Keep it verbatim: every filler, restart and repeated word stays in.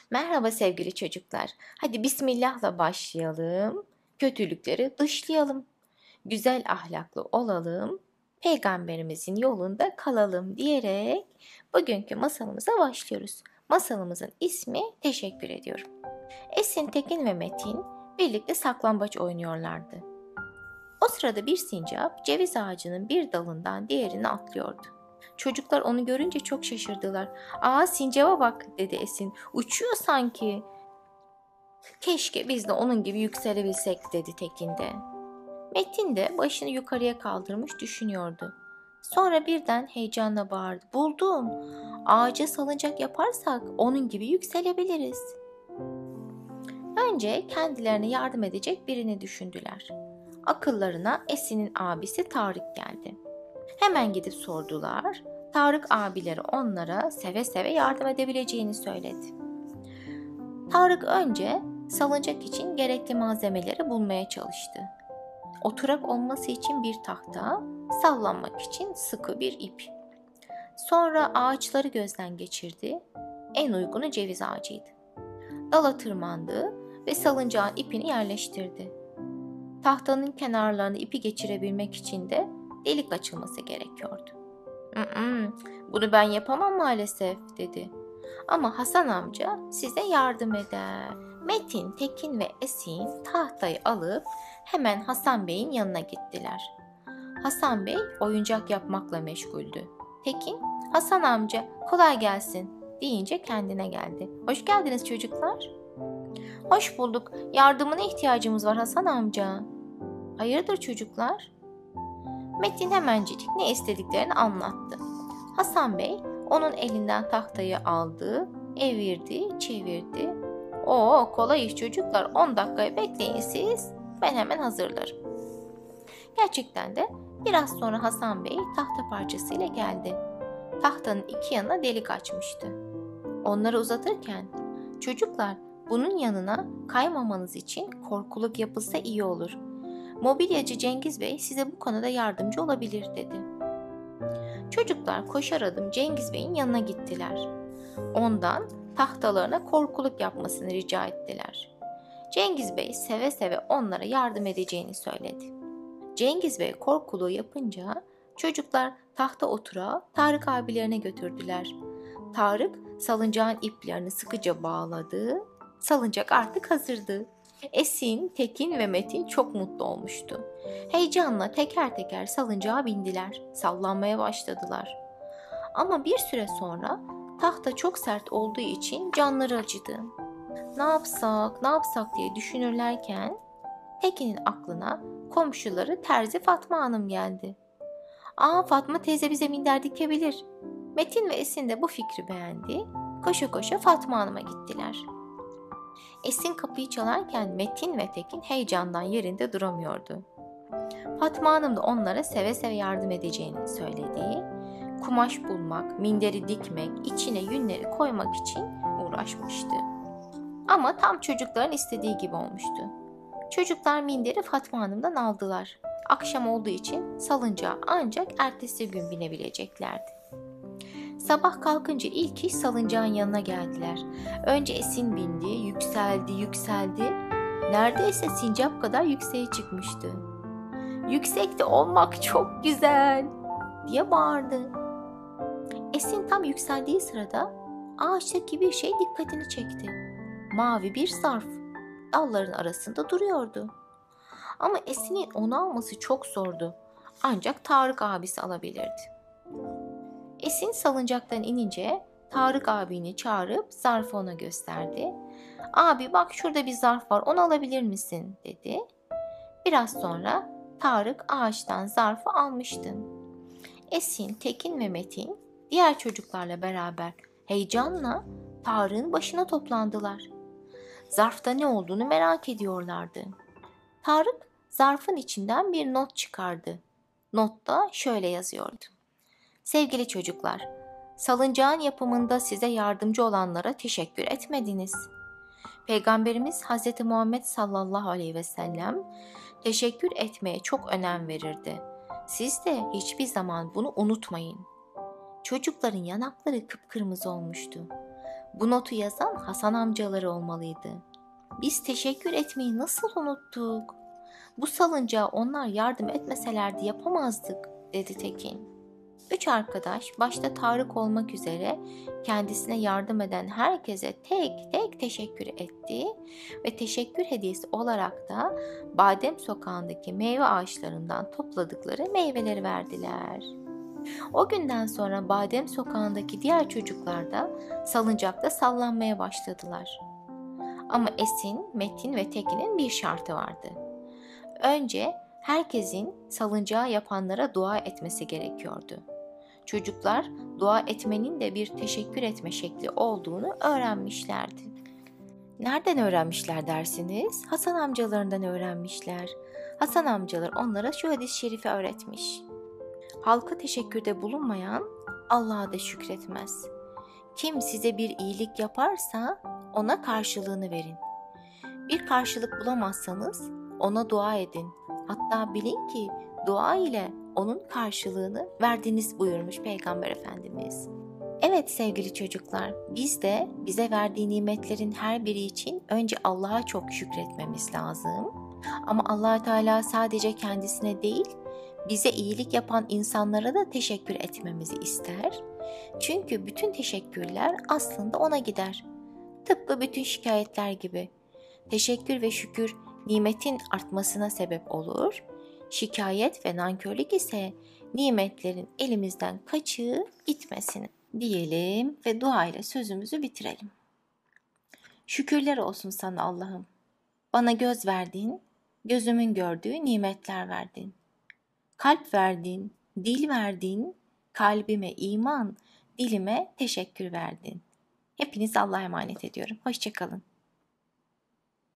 Merhaba sevgili çocuklar. Hadi Bismillah'la başlayalım. Kötülükleri dışlayalım. Güzel ahlaklı olalım. Peygamberimizin yolunda kalalım diyerek bugünkü masalımıza başlıyoruz. Masalımızın ismi Teşekkür ediyorum. Esin, Tekin ve Metin birlikte saklambaç oynuyorlardı. O sırada bir sincap ceviz ağacının bir dalından diğerine atlıyordu. Çocuklar onu görünce çok şaşırdılar. "Aa, sincaba bak," dedi Esin. "Uçuyor sanki." "Keşke biz de onun gibi yükselebilsek," dedi Tekin de. Metin de başını yukarıya kaldırmış düşünüyordu. Sonra birden heyecanla bağırdı. "Buldum. Ağaca salıncak yaparsak onun gibi yükselebiliriz." Önce kendilerine yardım edecek birini düşündüler. Akıllarına Esin'in abisi Tarık geldi. Hemen gidip sordular. Tarık abileri onlara seve seve yardım edebileceğini söyledi. Tarık önce salıncak için gerekli malzemeleri bulmaya çalıştı. Oturak olması için bir tahta, sallanmak için sıkı bir ip. Sonra ağaçları gözden geçirdi. En uygunu ceviz ağacıydı. Dala tırmandı ve salıncağın ipini yerleştirdi. Tahtanın kenarlarını ipi geçirebilmek için de delik açılması gerekiyordu. "Mm-mm, bunu ben yapamam maalesef," dedi. "Ama Hasan amca size yardım eder." Metin, Tekin ve Esin tahtayı alıp hemen Hasan Bey'in yanına gittiler. Hasan Bey oyuncak yapmakla meşguldü. Tekin, "Hasan amca kolay gelsin," deyince kendine geldi. "Hoş geldiniz çocuklar." "Hoş bulduk. Yardımına ihtiyacımız var Hasan amca." "Hayırdır çocuklar?" Metin hemencecik ne istediklerini anlattı. Hasan Bey onun elinden tahtayı aldı, evirdi, çevirdi. "Oo, kolay iş çocuklar, on dakikayı bekleyin siz, ben hemen hazırlarım." Gerçekten de biraz sonra Hasan Bey tahta parçasıyla geldi. Tahtanın iki yanına delik açmıştı. Onları uzatırken, "Çocuklar, bunun yanına kaymamanız için korkuluk yapılsa iyi olur. Mobilyacı Cengiz Bey size bu konuda yardımcı olabilir," dedi. Çocuklar koşar adım Cengiz Bey'in yanına gittiler. Ondan tahtalarına korkuluk yapmasını rica ettiler. Cengiz Bey seve seve onlara yardım edeceğini söyledi. Cengiz Bey korkuluğu yapınca çocuklar tahta oturağı Tarık abilerine götürdüler. Tarık salıncağın iplerini sıkıca bağladı. Salıncak artık hazırdı. Esin, Tekin ve Metin çok mutlu olmuştu. Heyecanla teker teker salıncağa bindiler. Sallanmaya başladılar. Ama bir süre sonra tahta çok sert olduğu için canları acıdı. Ne yapsak, ne yapsak diye düşünürlerken Tekin'in aklına komşuları Terzi Fatma Hanım geldi. "Aa, Fatma teyze bize minder dikebilir." Metin ve Esin de bu fikri beğendi. Koşa koşa Fatma Hanım'a gittiler. Esin kapıyı çalarken Metin ve Tekin heyecandan yerinde duramıyordu. Fatma Hanım da onlara seve seve yardım edeceğini söyledi. Kumaş bulmak, minderi dikmek, içine yünleri koymak için uğraşmıştı. Ama tam çocukların istediği gibi olmuştu. Çocuklar minderi Fatma Hanım'dan aldılar. Akşam olduğu için salıncağa ancak ertesi gün binebileceklerdi. Sabah kalkınca ilk iş salıncağın yanına geldiler. Önce Esin bindi, yükseldi, yükseldi. Neredeyse sincap kadar yükseğe çıkmıştı. "Yüksekte olmak çok güzel," diye bağırdı. Esin tam yükseldiği sırada ağaçtaki bir şey dikkatini çekti. Mavi bir zarf dalların arasında duruyordu. Ama Esin'in onu alması çok zordu. Ancak Tarık abisi alabilirdi. Esin salıncaktan inince Tarık abini çağırıp zarfı ona gösterdi. "Abi bak, şurada bir zarf var, onu alabilir misin?" dedi. Biraz sonra Tarık ağaçtan zarfı almıştı. Esin, Tekin ve Metin diğer çocuklarla beraber heyecanla Tarık'ın başına toplandılar. Zarfta ne olduğunu merak ediyorlardı. Tarık zarfın içinden bir not çıkardı. Notta şöyle yazıyordu: "Sevgili çocuklar, salıncağın yapımında size yardımcı olanlara teşekkür etmediniz. Peygamberimiz Hz. Muhammed sallallahu aleyhi ve sellem teşekkür etmeye çok önem verirdi. Siz de hiçbir zaman bunu unutmayın." Çocukların yanakları kıpkırmızı olmuştu. Bu notu yazan Hasan amcaları olmalıydı. Biz teşekkür etmeyi nasıl unuttuk? Bu salıncağa onlar yardım etmeselerdi yapamazdık, dedi Tekin. Üç arkadaş başta Tarık olmak üzere kendisine yardım eden herkese tek tek teşekkür etti ve teşekkür hediyesi olarak da Badem Sokağı'ndaki meyve ağaçlarından topladıkları meyveleri verdiler. O günden sonra Badem Sokağı'ndaki diğer çocuklar da salıncakta sallanmaya başladılar. Ama Esin, Metin ve Tekin'in bir şartı vardı. Önce herkesin salıncağı yapanlara dua etmesi gerekiyordu. Çocuklar dua etmenin de bir teşekkür etme şekli olduğunu öğrenmişlerdi. Nereden öğrenmişler dersiniz? Hasan amcalarından öğrenmişler. Hasan amcalar onlara şu hadis-i şerifi öğretmiş. Halka teşekkürde bulunmayan Allah'a da şükretmez. Kim size bir iyilik yaparsa ona karşılığını verin. Bir karşılık bulamazsanız ona dua edin. Hatta bilin ki dua ile onun karşılığını verdiniz buyurmuş Peygamber Efendimiz. Evet sevgili çocuklar, biz de bize verdiği nimetlerin her biri için önce Allah'a çok şükretmemiz lazım. Ama Allah Teala sadece kendisine değil, bize iyilik yapan insanlara da teşekkür etmemizi ister. Çünkü bütün teşekkürler aslında ona gider. Tıpkı bütün şikayetler gibi. Teşekkür ve şükür nimetin artmasına sebep olur. Şikayet ve nankörlük ise nimetlerin elimizden kaçıp gitmesini diyelim ve dua ile sözümüzü bitirelim. Şükürler olsun sana Allah'ım. Bana göz verdin, gözümün gördüğü nimetler verdin. Kalp verdin, dil verdin, kalbime iman, dilime teşekkür verdin. Hepinizi Allah'a emanet ediyorum. Hoşça kalın.